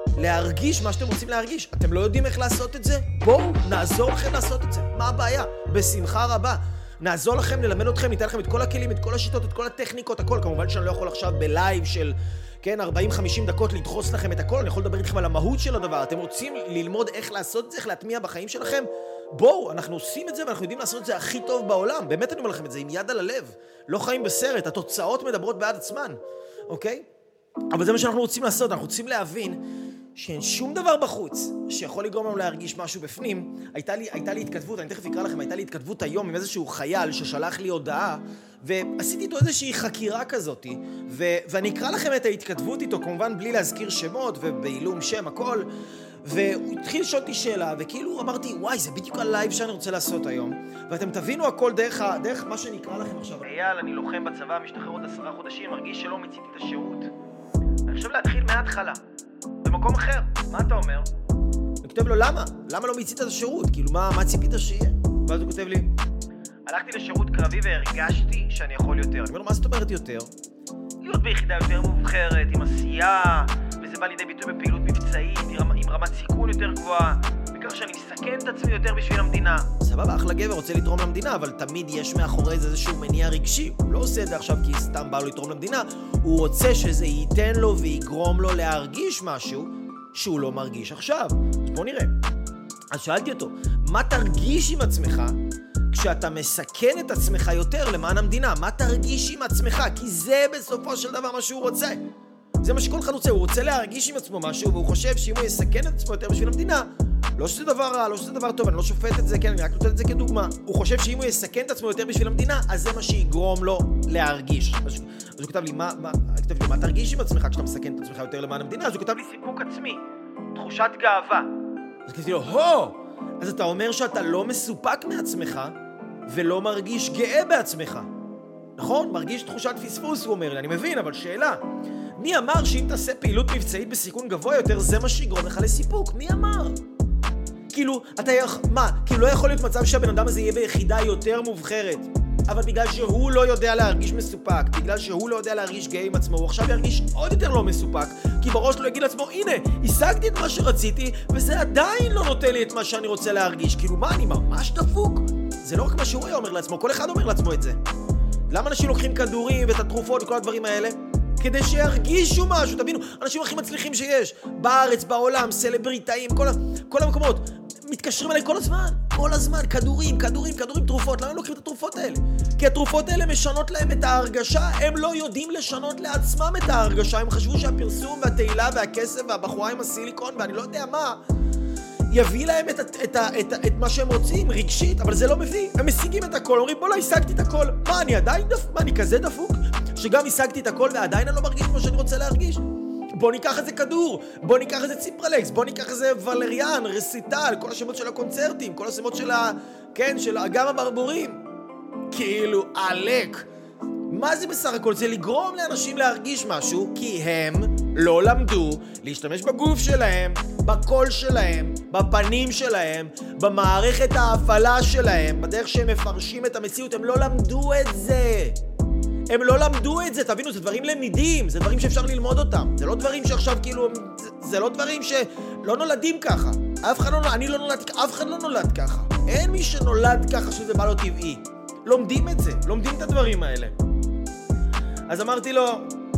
להרגיש מה שאתם רוצים להרגיש. אתם לא יודעים איך לעשות את זה? בואו, נעזור לכם לעשות את זה. מה הבעיה? בשמחה רבה. נעזור לכם, ללמד אתכם, ניתן לכם את כל הכלים, את כל השיטות, את כל הטכניקות, הכל. כמובן שאני לא יכול עכשיו בלייב של, כן, 40-50 דקות לדחוס לכם את הכל. אני יכול לדבר איתכם על המהות של הדבר. אתם רוצים ללמוד איך לעשות את זה, איך להטמיע בחיים שלכם? בואו, אנחנו עושים את זה ואנחנו יודעים לעשות את זה הכי טוב בעולם. באמת אני אומר לכם את זה, עם יד על הלב. לא חיים בסרט, התוצאות מדברות בעד עצמן. אוקיי? אבל זה מה שאנחנו רוצים לעשות. אנחנו רוצים להבין שאין שום דבר בחוץ שיכול לגרום לנו להרגיש משהו בפנים. הייתה לי התכתבות, אני תכף אקרא לכם, הייתה לי התכתבות היום עם איזשהו חייל ששלח לי הודעה, ועשיתי איתו איזושהי חקירה כזאת, ואני אקרא לכם את ההתכתבות איתו, כמובן בלי להזכיר שמות ובעילום שם, הכל, והוא התחיל לשאול אותי שאלה, וכאילו אמרתי, וואי, זה בדיוק הלייב שאני רוצה לעשות היום, ואתם תבינו הכל דרך מה שנקרא לכם עכשיו. אייל, אני לוחם בצבא, משתחרר עוד 10 חודשים, מרגיש שלא מציתי את השירות. אני חושב להתחיל מההתחלה. במקום אחר, מה אתה אומר? אני כותב לו, למה? למה לא מיצית את השירות? כאילו, מה ציפית שיהיה? ואז הוא כותב לי, הלכתי לשירות קרבי והרגשתי שאני יכול יותר. אני אומר לו, מה זאת אומרת יותר? להיות ביחידה יותר מובחרת, עם עשייה, וזה בא לידי ביטוי בפעילות מבצעית, עם רמת סיכון יותר גבוהה, בכך שאני מסכן את עצמי יותר בשביל המדינה. סבבה, אחלה גבר רוצה לתרום למדינה, אבל תמיד יש מאחורי זה איזשהו מניע רגשי. הוא לא עושה את זה עכשיו כי סתם בא לו לתרום למדינה, הוא רוצה שזה ייתן לו ויגרום לו להרגיש משהו שהוא לא מרגיש עכשיו. אז בוא נראה. אז שאלתי אותו, מה תרגיש עם עצמך כשאתה מסכן את עצמך יותר למען המדינה? מה תרגיש עם עצמך? כי זה בסופו של דבר מה שהוא רוצה. זה מה שכל אחד רוצה, הוא רוצה להרגיש עם עצמו משהו, והוא חושב שאם הוא יסכן את עצמו יותר בשביל המדינה, לא שזה דבר רע, לא שזה דבר טוב, אני לא שופט את זה, כן, אני רק נותן את זה כדוגמה. הוא חושב שאם הוא יסכן את עצמו יותר בשביל המדינה, אז זה מה שיגרום לו להרגיש. אז הוא כתב לי, מה תרגיש עם עצמך כשאתה מסכן את עצמך יותר למען המדינה? אז הוא כתב לי, סיפוק עצמי, תחושת גאווה. אז כתבתי לו, אז אתה אומר שאתה לא מסופק מעצמך, ולא מרגיש גאה בעצמך. נכון? מרגיש תחושת פספוס, הוא אומר לי, אני מבין, אבל שאלה. מי אמר שאם תעשה פעילות מבצעית בסיכון גבוה יותר, זה מה שיגרום לך לסיפוק? מי אמר? כאילו, כאילו לא יכול להיות מצב שהבן אדם הזה יהיה ביחידה יותר מובחרת, אבל בגלל שהוא לא יודע להרגיש מסופק, בגלל שהוא לא יודע להרגיש גאה עם עצמו, הוא עכשיו ירגיש עוד יותר לא מסופק, כי בראש לא יגיד לעצמו, הנה, השגתי את מה שרציתי, וזה עדיין לא נותן לי את מה שאני רוצה להרגיש. כאילו, מה, אני ממש דפוק? זה לא רק מה שהוא היה אומר לעצמו, כל אחד אומר לעצמו את זה. למה אנשים לוקחים כדורים ואת התרופות וכל הדברים האלה? כדי שירגישו משהו, תבינו, אנשים הכי מצליחים שיש, בארץ, בעולם, סלבריטאים, כל המקומות, מתקשרים אליי כל הזמן, כדורים, תרופות. למה הם לוקחים את התרופות האלה? כי התרופות האלה משנות להם את ההרגשה, הם לא יודעים לשנות לעצמם את ההרגשה, הם חשבו שהפרסום והתהילה והכסף והבחורה עם הסיליקון ואני לא יודע מה, יביא להם את מה שהם רוצים, רגשית, אבל זה לא מביא. הם משיגים את הכל, אומרים, בוא לא, השגתי את הכל. מה, אני עדיין אני כזה דפוק? שגם השגתי את הכל ועדיין אני לא מרגיש כמו שאני רוצה להרגיש? בוא ניקח איזה כדור, בוא ניקח איזה ציפרלקס, בוא ניקח איזה ולריאן, רסיטל, כל השמות של הקונצרטים, כל השמות של אגם הברבורים. כאילו, עלק. מה זה בסך הכל? זה לגרום לאנשים להרגיש משהו, כי הם לא למדו להשתמש בגוף שלהם, בקול שלהם, בפנים שלהם, במערכת ההפעלה שלהם, בדרך שהם מפרשים את המציאות. הם לא למדו את זה. הם לא למדו את זה, תבינו, זה דברים למידים, זה דברים שאפשר ללמוד אותם. זה לא דברים שעכשיו כאילו, זה לא דברים שלא נולדים ככה. אף אחד לא נולד ככה. אין מי שנולד ככה שזה בא לו טבעי. לומדים את זה, לומדים את הדברים האלה. אז אמרתי לו,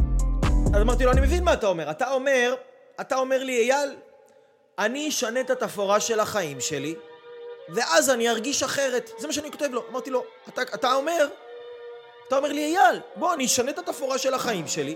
אני מבין מה אתה אומר. אתה אומר לי, אייל, אני אשנה את התפאורה של החיים שלי, ואז אני ארגיש אחרת. זה מה שאני כותב לו. אמרתי לו, אתה אומר לי, אייל, בוא, אני אשנה את התפאורה של החיים שלי,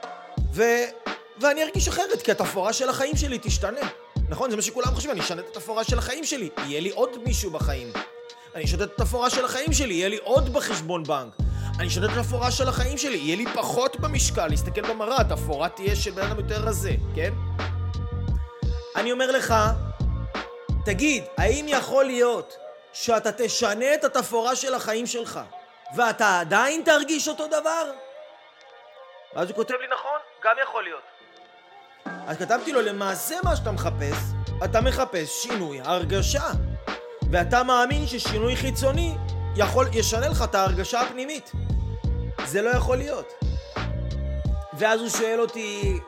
ואני ארגיש אחרת, כי התפאורה של החיים שלי תשתנה. נכון? זה מה שכולם חושבים, אני אשנה את התפאורה של החיים שלי, יהיה לי עוד מישהו בחיים. אני אשנה את התפאורה של החיים שלי, יהיה לי עוד בחשבון בנק. אני אשנה את התפאורה של החיים שלי, יהיה לי פחות במשקל, להסתכל במראה, התפאורה תהיה של בן אדם יותר רזה, כן? אני אומר לך, תגיד, האם יכול להיות שאתה תשנה את התפורה של החיים שלך, ואתה עדיין תרגיש אותו דבר? אז הוא כותב לי, נכון, גם יכול להיות. אז כתבתי לו, למעשה מה שאתה מחפש, אתה מחפש שינוי הרגשה. ואתה מאמין ששינוי חיצוני ישנה לך את ההרגשה הפנימית. זה לא יכול להיות. ואז הוא שואל אותי,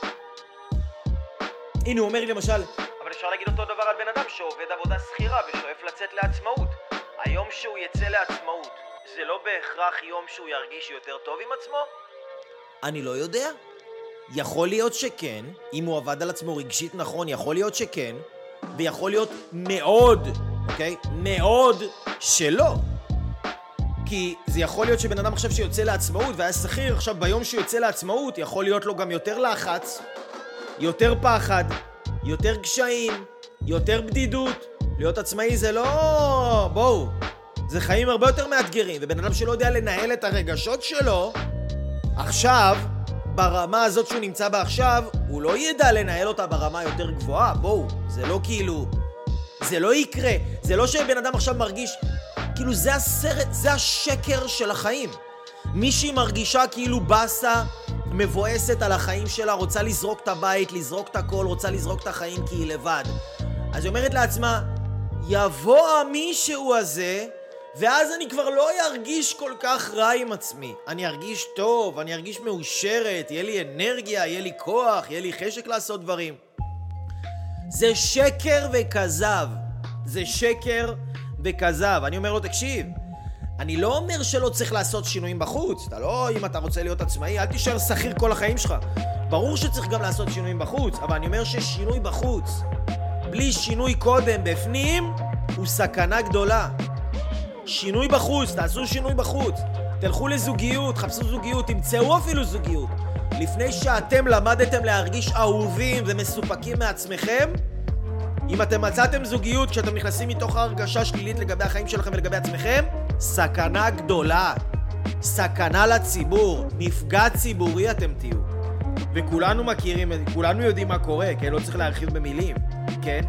הנה הוא אומר לי למשל, אבל אפשר להגיד אותו דבר על בן אדם שעובד עבודה שכירה ושואף לצאת לעצמאות. היום שהוא יצא לעצמאות, זה לא בהכרח יום שהוא ירגיש יותר טוב עם עצמו? אני לא יודע. יכול להיות שכן, אם הוא עבד על עצמו רגשית נכון, יכול להיות שכן, ויכול להיות מאוד, אוקיי? מאוד שלא. כי זה יכול להיות שבן אדם עכשיו שיוצא לעצמאות והיה שכיר, עכשיו ביום שיוצא לעצמאות יכול להיות לו גם יותר לחץ, יותר פחד, יותר קשיים, יותר בדידות. להיות עצמאי זה לא... בואו, זה חיים הרבה יותר מאתגרים, ובן אדם שלא יודע לנהל את הרגשות שלו, עכשיו, ברמה הזאת שהוא נמצא בה עכשיו, הוא לא ידע לנהל אותה ברמה יותר גבוהה. בואו, זה לא כאילו... זה לא יקרה. זה לא שבן אדם עכשיו מרגיש... כאילו זה הסרט, זה השקר של החיים. מישהי מרגישה כאילו בסה, מבואסת על החיים שלה, רוצה לזרוק את הבית, לזרוק את הכל, רוצה לזרוק את החיים כי היא לבד. אז היא אומרת לעצמה, יבוא המישהו הזה, ואז אני כבר לא ארגיש כל כך רע עם עצמי. אני ארגיש טוב, אני ארגיש מאושרת, יהיה לי אנרגיה, יהיה לי כוח, יהיה לי חשק לעשות דברים. זה שקר וכזב. זה שקר וכזב. אני אומר לו, תקשיב, אני לא אומר שלא צריך לעשות שינויים בחוץ. אתה לא, אם אתה רוצה להיות עצמאי, אל תישאר שכיר כל החיים שלך. ברור שצריך גם לעשות שינויים בחוץ, אבל אני אומר ששינוי בחוץ, בלי שינוי קודם בפנים, הוא סכנה גדולה. שינוי בחוץ, תעשו שינוי בחוץ. תלכו לזוגיות, חפשו זוגיות, תמצאו אפילו זוגיות. לפני שאתם למדתם להרגיש אהובים ומסופקים מעצמכם, אם אתם מצאתם זוגיות כשאתם נכנסים מתוך ההרגשה שלילית לגבי החיים שלכם ולגבי עצמכם, סכנה גדולה. סכנה לציבור. מפגע ציבורי אתם תהיו. וכולנו מכירים, כולנו יודעים מה קורה, כן? לא צריך להרחיב במילים, כן?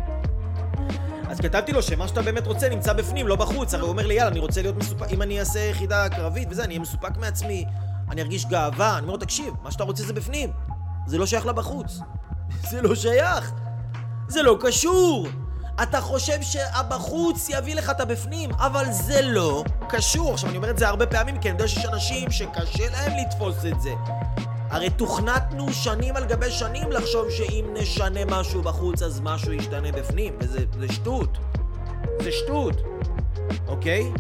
אז כתבתי לו שמה שאתה באמת רוצה נמצא בפנים, לא בחוץ. הרי הוא אומר לי, יאללה, אני רוצה להיות מסופק, אם אני אעשה יחידה קרבית וזה, אני אהיה מסופק מעצמי, אני ארגיש גאווה. אני אומר לו, תקשיב, מה שאתה רוצה זה בפנים. זה לא שייך לבחוץ. זה לא שייך. זה לא קשור. אתה חושב שהבחוץ יביא לך את הבפנים, אבל זה לא קשור. עכשיו אני אומר את זה הרבה פעמים, כי אני יודע שיש אנשים שקשה להם לתפוס את זה. הרי תוכנתנו שנים על גבי שנים לחשוב שאם נשנה משהו בחוץ אז משהו ישתנה בפנים, וזה שטות. זה שטות. אוקיי?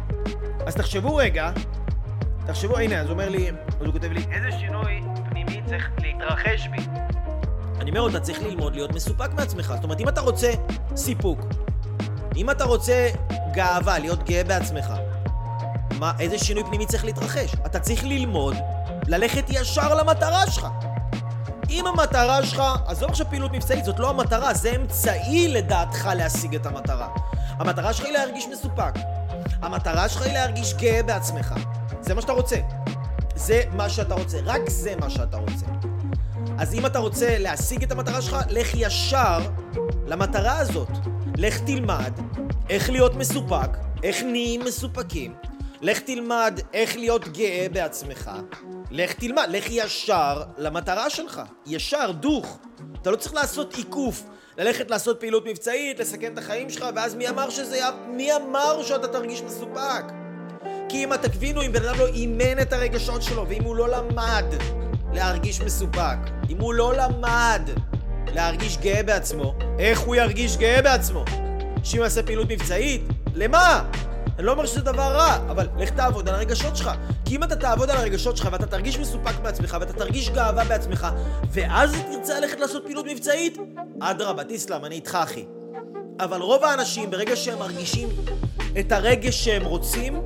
אז תחשבו רגע, הנה, אז הוא אומר לי, אז הוא כותב לי, איזה שינוי פנימי צריך להתרחש בי? אני אומר, אתה צריך ללמוד להיות מסופק מעצמך. זאת אומרת, אם אתה רוצה סיפוק, אם אתה רוצה גאווה, להיות גאה בעצמך, איזה שינוי פנימי צריך להתרחש? אתה צריך ללמוד ללכת ישר למטרה שלך. אם המטרה שלך, עזוב עכשיו פעילות מבצעית, זאת לא המטרה, זה אמצעי לדעתך להשיג את המטרה. המטרה שלך היא להרגיש מסופק. המטרה שלך היא להרגיש גאה בעצמך. זה מה שאתה רוצה. זה מה שאתה רוצה. רק זה מה שאתה רוצה. אז אם אתה רוצה להשיג את המטרה שלך, לך ישר למטרה הזאת. לך תלמד איך להיות מסופק, איך נהיים מסופקים. לך תלמד איך להיות גאה בעצמך. לך ישר למטרה שלך. ישר, דוך. אתה לא צריך לעשות עיקוף. ללכת לעשות פעילות מבצעית, לסכן את החיים שלך, ואז מי אמר שאתה תרגיש מסופק? כי אם אתה תבינו, אם בן אדם לא אימן את הרגשות שלו, ואם הוא לא למד להרגיש מסופק, אם הוא לא למד להרגיש גאה בעצמו, איך הוא ירגיש גאה בעצמו? שאם יעשה פעילות מבצעית? למה? אני לא אומר שזה דבר רע, אבל לך תעבוד על הרגשות שלך. כי אם אתה תעבוד על הרגשות שלך ואתה תרגיש מסופק בעצמך ואתה תרגיש גאווה בעצמך, ואז תרצה ללכת לעשות פעילות מבצעית, אדרבה, תסלם, אני איתך אחי. אבל רוב האנשים ברגע שהם מרגישים את הרגש שהם רוצים,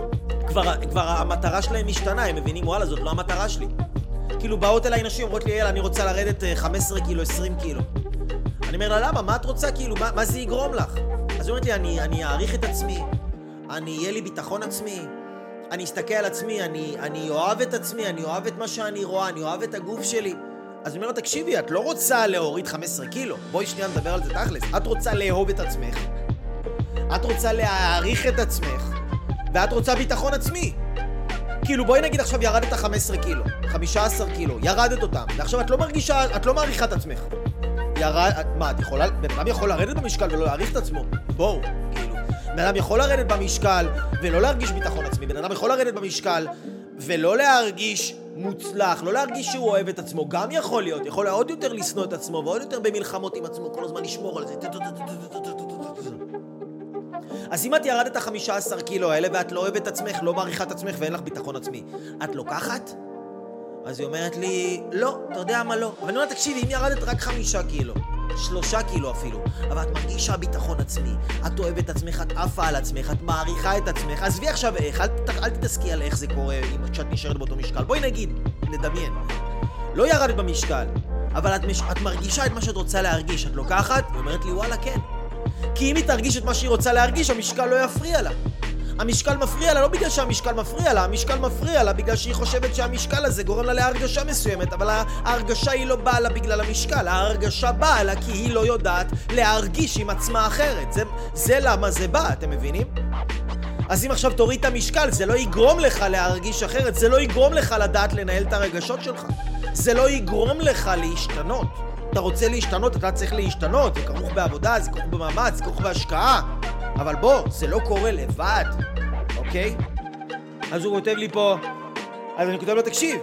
כבר המטרה שלהם משתנה, הם מבינים, וואלה, זאת לא המטרה שלי. כאילו באות אליי נשים, אומרות לי, אני רוצה לרדת 15 קילו, 20 קילו. אני אומר לה, למה? מה את רוצה? כאילו, מה זה יגרום לך? אז היא אומרת לי, אני אעריך את עצמי, יהיה לי ביטחון עצמי, אני אסתכל על עצמי, אני אוהב את עצמי, אני אוהב את מה שאני רואה, אני אוהב את הגוף שלי. אז אני אומר לה, תקשיבי, את לא רוצה להוריד 15 קילו. בואי שנייה נדבר על זה תכלס. את רוצה לאהוב את עצמך. את רוצה להעריך את עצמך, ואת רוצה ביטחון עצמי. כאילו בואי נגיד עכשיו ירדת 15 קילו, 15 קילו, ירדת אותם, ועכשיו את לא מרגישה, את לא מעריכה את עצמך. מה, את יכולה, בן אדם יכול לרדת במשקל ולא להעריך את עצמו? בואו, כאילו. בן אדם יכול לרדת במשקל ולא להרגיש ביטחון עצמי, בן אדם יכול לרדת במשקל ולא להרגיש מוצלח, לא להרגיש שהוא אוהב את עצמו, גם יכול להיות, יכול עוד יותר לשנוא את עצמו ועוד יותר במלחמות עם עצמו, כל הזמן לשמור על זה. אז אם את ירדת 15 קילו האלה ואת לא אוהבת את עצמך, לא מעריכה את עצמך ואין לך ביטחון עצמי, את לוקחת? אז היא אומרת לי, לא, אתה יודע מה לא. אבל אני אומרת, תקשיבי, אם ירדת רק 5 קילו, 3 קילו אפילו, אבל את מרגישה ביטחון עצמי, את אוהבת את עצמך, את עפה על עצמך, את מעריכה את עצמך, עזבי עכשיו איך, אל תתעסקי על איך זה קורה כשאת נשארת באותו משקל. בואי נגיד, נדמיין, לא ירדת במשקל, אבל את מרגישה את מה שאת רוצה להרגיש, את לוקחת? היא אומרת לי, וואלה, כן. כי אם היא תרגיש את מה שהיא רוצה להרגיש, המשקל לא יפריע לה. המשקל מפריע לה, לא בגלל שהמשקל מפריע לה, המשקל מפריע לה בגלל שהיא חושבת שהמשקל הזה גורם לה להרגשה מסוימת, אבל ההרגשה היא לא באה לה בגלל המשקל, ההרגשה באה לה כי היא לא יודעת להרגיש עם עצמה אחרת. זה למה זה בא, אתם מבינים? אז אם עכשיו תוריד את המשקל, זה לא יגרום לך להרגיש אחרת, זה לא יגרום לך לדעת לנהל את הרגשות שלך, זה לא יגרום לך להשתנות. אתה רוצה להשתנות, אתה צריך להשתנות, זה כרוך בעבודה, זה כרוך במאמץ, זה כרוך בהשקעה, אבל בוא, זה לא קורה לבד, אוקיי? אז הוא כותב לי פה, אז אני כותב לו, תקשיב,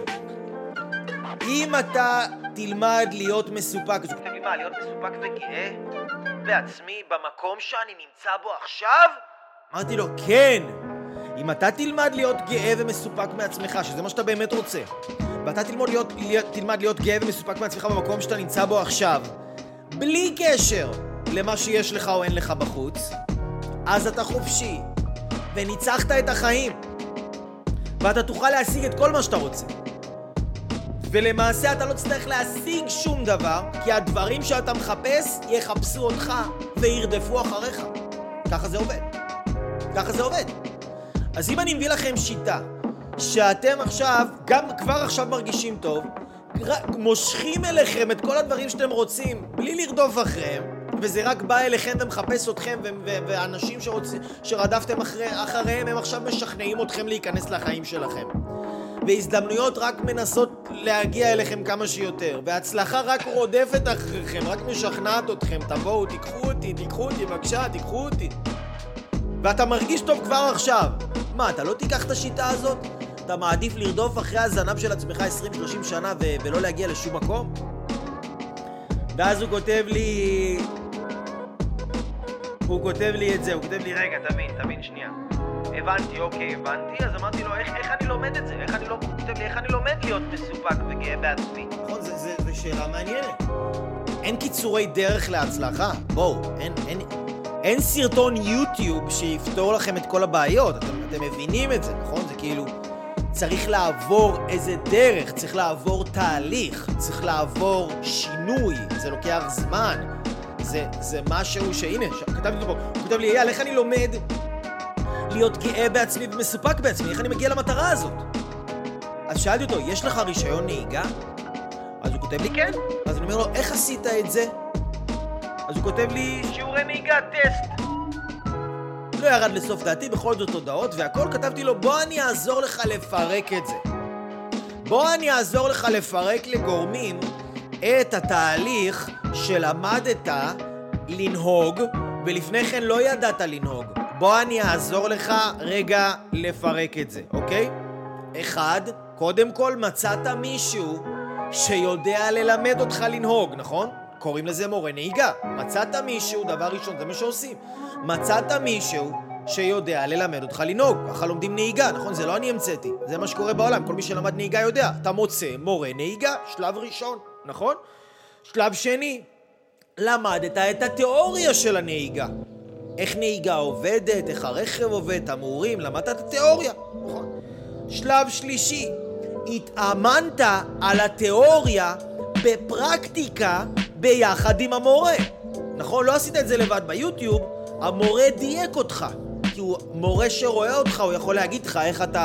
אם אתה תלמד להיות מסופק, אז הוא כותב לי, מה, להיות מסופק וגאה בעצמי במקום שאני נמצא בו עכשיו? אמרתי לו, כן, אם אתה תלמד להיות גאה ומסופק מעצמך, שזה מה שאתה באמת רוצה, ואתה תלמד להיות גאה ומסופק מעצמך במקום שאתה נמצא בו עכשיו, בלי קשר למה שיש לך או אין לך בחוץ, אז אתה חופשי, וניצחת את החיים, ואתה תוכל להשיג את כל מה שאתה רוצה. ולמעשה אתה לא צריך להשיג שום דבר, כי הדברים שאתה מחפש יחפשו אותך וירדפו אחריך. ככה זה עובד. ככה זה עובד. אז אם אני מביא לכם שיטה, שאתם עכשיו, גם כבר עכשיו מרגישים טוב, מושכים אליכם את כל הדברים שאתם רוצים, בלי לרדוף אחריהם, וזה רק בא אליכם ומחפש אתכם, ואנשים שרדפתם אחריהם, הם עכשיו משכנעים אתכם להיכנס לחיים שלכם. והזדמנויות רק מנסות להגיע אליכם כמה שיותר, והצלחה רק רודפת אחריכם, רק משכנעת אתכם, תבואו, תיקחו אותי, בבקשה, תיקחו אותי. ואתה מרגיש טוב כבר עכשיו. מה, אתה לא תיקח את השיטה הזאת? אתה מעדיף לרדוף אחרי הזנב של עצמך 20-30 שנה ולא להגיע לשום מקום? ואז הוא כותב לי את זה, הוא כותב לי, רגע, תבין שנייה. הבנתי, אז אמרתי לו, איך אני לומד את זה? איך אני לומד להיות מסופק וגאה בעצמי? נכון, זו שאלה מעניינת. אין קיצורי דרך להצלחה. בואו, אין סרטון יוטיוב שיפתור לכם את כל הבעיות. אתם מבינים את זה, נכון? זה כאילו, צריך לעבור איזה דרך, צריך לעבור תהליך, צריך לעבור שינוי, זה לוקח זמן. זה משהו שהנה, כתבתי לו פה, הוא כתב לי, איך אני לומד להיות גאה בעצמי ומסופק בעצמי, איך אני מגיע למטרה הזאת? אז שאלתי אותו, יש לך רישיון נהיגה? אז הוא כותב לי, כן. אז אני אומר לו, איך עשית את זה? אז הוא כותב לי, שיעורי נהיגה, טסט. לא ירד לסוף דעתי, בכל זאת הודעות והכל. כתבתי לו, בוא אני אעזור לך לפרק את זה. בוא אני אעזור לך לפרק לגורמים את התהליך שלמדת לנהוג ולפני כן לא ידעת לנהוג. בוא אני אעזור לך רגע לפרק את זה, אוקיי? 1, קודם כל מצאת מישהו שיודע ללמד אותך לנהוג, נכון? קוראים לזה מורה נהיגה. מצאת מישהו, דבר ראשון, זה מה שעושים. מצאת מישהו שיודע ללמד אותך לנהוג. ככה לומדים נהיגה, נכון? זה לא אני המצאתי. זה מה שקורה בעולם. כל מי שלמד נהיגה יודע. אתה מוצא מורה נהיגה, שלב ראשון, נכון? שלב שני, למדת את התיאוריה של הנהיגה. איך נהיגה עובדת, איך הרכב עובד, תמרורים, למדת את התיאוריה, נכון? שלב שלישי, התאמנת על התיאוריה בפרקטיקה ביחד עם המורה. נכון? לא עשית את זה לבד ביוטיוב, המורה דייק אותך. כי הוא מורה שרואה אותך, הוא יכול להגיד לך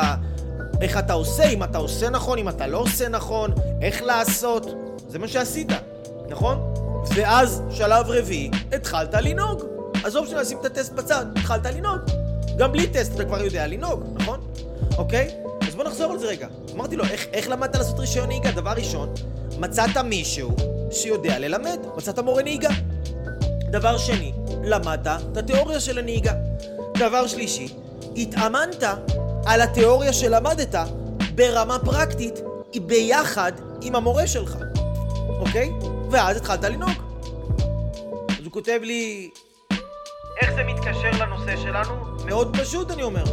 איך אתה עושה, אם אתה עושה נכון, אם אתה לא עושה נכון, איך לעשות. זה מה שעשית, נכון? ואז שלב רביעי, התחלת לנהוג. עזוב שנשים את הטסט בצד, התחלת לנהוג. גם בלי טסט אתה כבר יודע לנהוג, נכון? אוקיי? אז בוא נחזור על זה רגע. אמרתי לו, איך למדת לעשות רישיון נהיגה? דבר ראשון, מצאת מישהו שיודע ללמד, מצאת מורה נהיגה. דבר שני, למדת את התיאוריה של הנהיגה. דבר שלישי, התאמנת על התיאוריה שלמדת ברמה פרקטית ביחד עם המורה שלך, אוקיי? ואז התחלת לנהוג. אז הוא כותב לי, איך זה מתקשר לנושא שלנו? מאוד פשוט, אני אומר.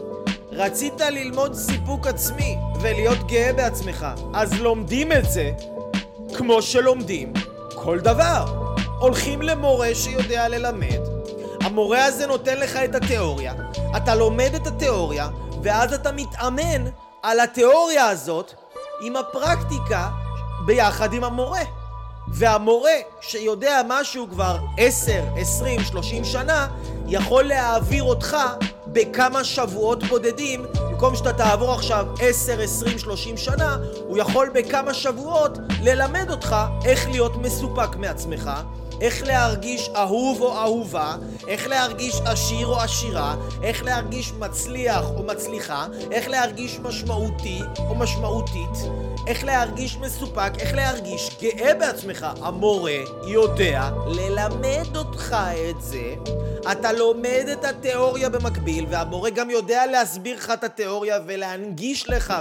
רצית ללמוד סיפוק עצמי ולהיות גאה בעצמך, אז לומדים את זה כמו שלומדים כל דבר. הולכים למורה שיודע ללמד, המורה הזה נותן לך את התיאוריה, אתה לומד את התיאוריה, ואז אתה מתאמן על התיאוריה הזאת עם הפרקטיקה ביחד עם המורה. והמורה שיודע משהו כבר 10, 20, 30 שנה, יכול להעביר אותך בכמה שבועות בודדים. במקום שאתה תעבור עכשיו 10, 20, 30 שנה, הוא יכול בכמה שבועות ללמד אותך איך להיות מסופק מעצמך, איך להרגיש אהוב או אהובה, איך להרגיש עשיר או עשירה, איך להרגיש מצליח או מצליחה, איך להרגיש משמעותי או משמעותית, איך להרגיש מסופק, איך להרגיש גאה בעצמך. המורה יודע ללמד אותך את זה. אתה לומד את התיאוריה במקביל, והמורה גם יודע להסביר לך את התיאוריה ולהנגיש לך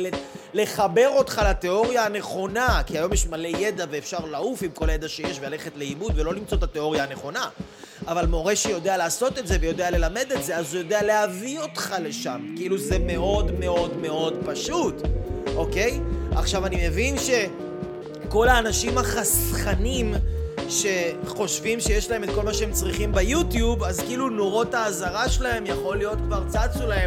ולחבר אותך לתיאוריה הנכונה, כי היום יש מלא ידע ואפשר לעוף עם כל הידע שיש וללכת לאיבוד ולא למצוא את התיאוריה הנכונה. אבל מורה שיודע לעשות את זה ויודע ללמד את זה, אז הוא יודע להביא אותך לשם. כאילו זה מאוד מאוד מאוד פשוט, אוקיי? עכשיו אני מבין שכל האנשים החסכנים שחושבים שיש להם את כל מה שהם צריכים ביוטיוב, אז כאילו נורות האזהרה שלהם יכול להיות כבר צצו להם,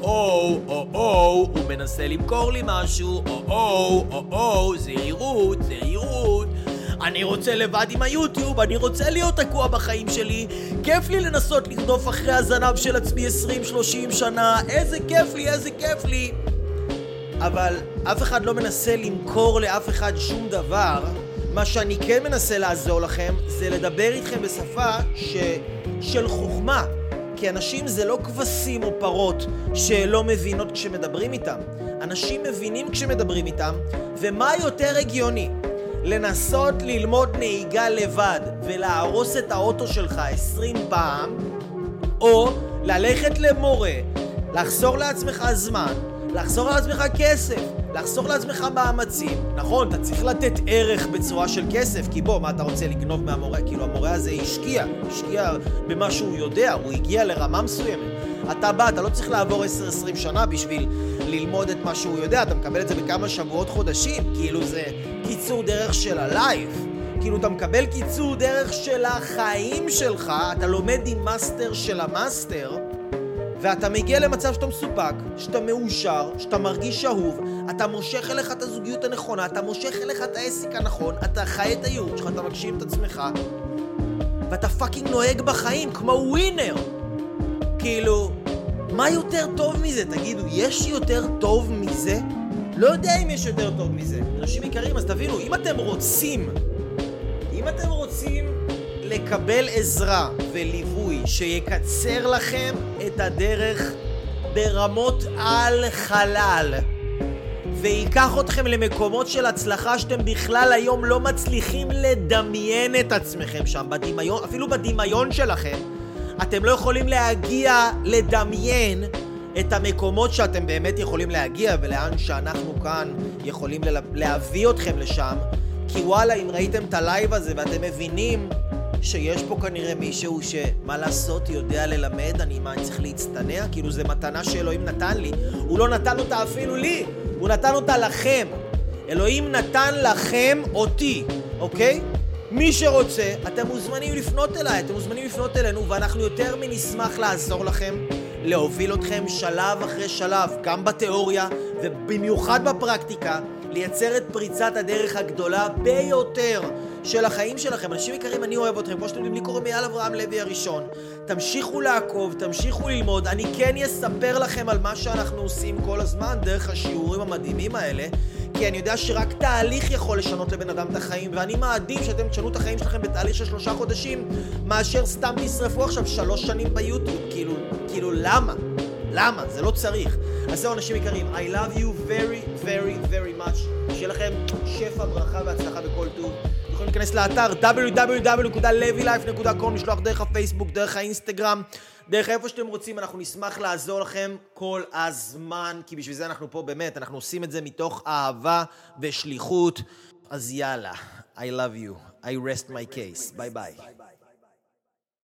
הוא מנסה למכור לי משהו, זהירות, אני רוצה לבד עם היוטיוב, אני רוצה להיות תקוע בחיים שלי, כיף לי לנסות לרדוף אחרי הזנב של עצמי 20-30 שנה, איזה כיף לי. אבל אף אחד לא מנסה למכור לאף אחד שום דבר. מה שאני כן מנסה לעזור לכם זה לדבר איתכם בשפה של חוכמה, כי אנשים זה לא כבשים או פרות שלא מבינות כשמדברים איתם. אנשים מבינים כשמדברים איתם, ומה יותר הגיוני? לנסות ללמוד נהיגה לבד ולהרוס את האוטו שלך 20 פעם, או ללכת למורה, לחסור לעצמך זמן, לחסור לעצמך כסף, לחסוך לעצמך מאמצים. נכון, אתה צריך לתת ערך בצורה של כסף, כי בוא, מה אתה רוצה לגנוב מהמורה? כאילו המורה הזה השקיע במה שהוא יודע, הוא הגיע לרמה מסוימת. אתה בא, אתה לא צריך לעבור 10-20 שנה בשביל ללמוד את מה שהוא יודע, אתה מקבל את זה בכמה שבועות חודשים, כאילו זה קיצור דרך של הלייב. כאילו אתה מקבל קיצור דרך של החיים שלך, אתה לומד עם מאסטר של המאסטר, ואתה מגיע למצב שאתה מסופק, שאתה מאושר, שאתה מרגיש אהוב, אתה מושך אליך את הזוגיות הנכונה, אתה מושך אליך את העסק הנכון, אתה חי את הייעוד שלך, אתה מגשים את עצמך, ואתה פאקינג נוהג בחיים כמו ווינר. כאילו, מה יותר טוב מזה? תגידו, יש יותר טוב מזה? לא יודע אם יש יותר טוב מזה. אנשים יקרים, אז תבינו, אם אתם רוצים לקבל עזרה וליווי שיקצר לכם את הדרך ברמות על חלל ויקח אתכם למקומות של הצלחה שאתם בכלל היום לא מצליחים לדמיין את עצמכם שם בדמיון, אפילו בדמיון שלכם אתם לא יכולים להגיע לדמיין את המקומות שאתם באמת יכולים להגיע ולאן שאנחנו כאן יכולים להביא אתכם לשם. כי וואלה, אם ראיתם את הלייב הזה ואתם מבינים שיש פה כנראה מישהו שמה לעשות יודע ללמד, אני צריך להצטנע, כאילו זה מתנה שאלוהים נתן לי, הוא לא נתן אותה אפילו לי, הוא נתן אותה לכם. אלוהים נתן לכם אותי, אוקיי? מי שרוצה, אתם מוזמנים לפנות אליי, אתם מוזמנים לפנות אלינו, ואנחנו יותר מנשמח לעזור לכם, להוביל אתכם שלב אחרי שלב, גם בתיאוריה ובמיוחד בפרקטיקה, לייצר את פריצת הדרך הגדולה ביותר של החיים שלכם. אנשים יקרים, אני אוהב אתכם, כמו שאתם יודעים, לי קוראים אייל אברהם לוי הראשון. תמשיכו לעקוב, תמשיכו ללמוד. אני כן אספר לכם על מה שאנחנו עושים כל הזמן דרך השיעורים המדהימים האלה, כי אני יודע שרק תהליך יכול לשנות לבן אדם את החיים, ואני מעדיף שאתם תשנו את החיים שלכם בתהליך של 3 חודשים, מאשר סתם תשרפו עכשיו 3 שנים ביוטיוב. כאילו למה? למה? זה לא צריך. אז זהו אנשים יקרים, I love you very very very much. שיהיה לכם שפע, ברכה והצלחה בכל טוב. אתם יכולים להיכנס לאתר www.levylife.com, לשלוח דרך הפייסבוק, דרך האינסטגרם, דרך איפה שאתם רוצים. אנחנו נשמח לעזור לכם כל הזמן, כי בשביל זה אנחנו פה באמת, אנחנו עושים את זה מתוך אהבה ושליחות. אז יאללה, I love you. I rest my case. ביי ביי.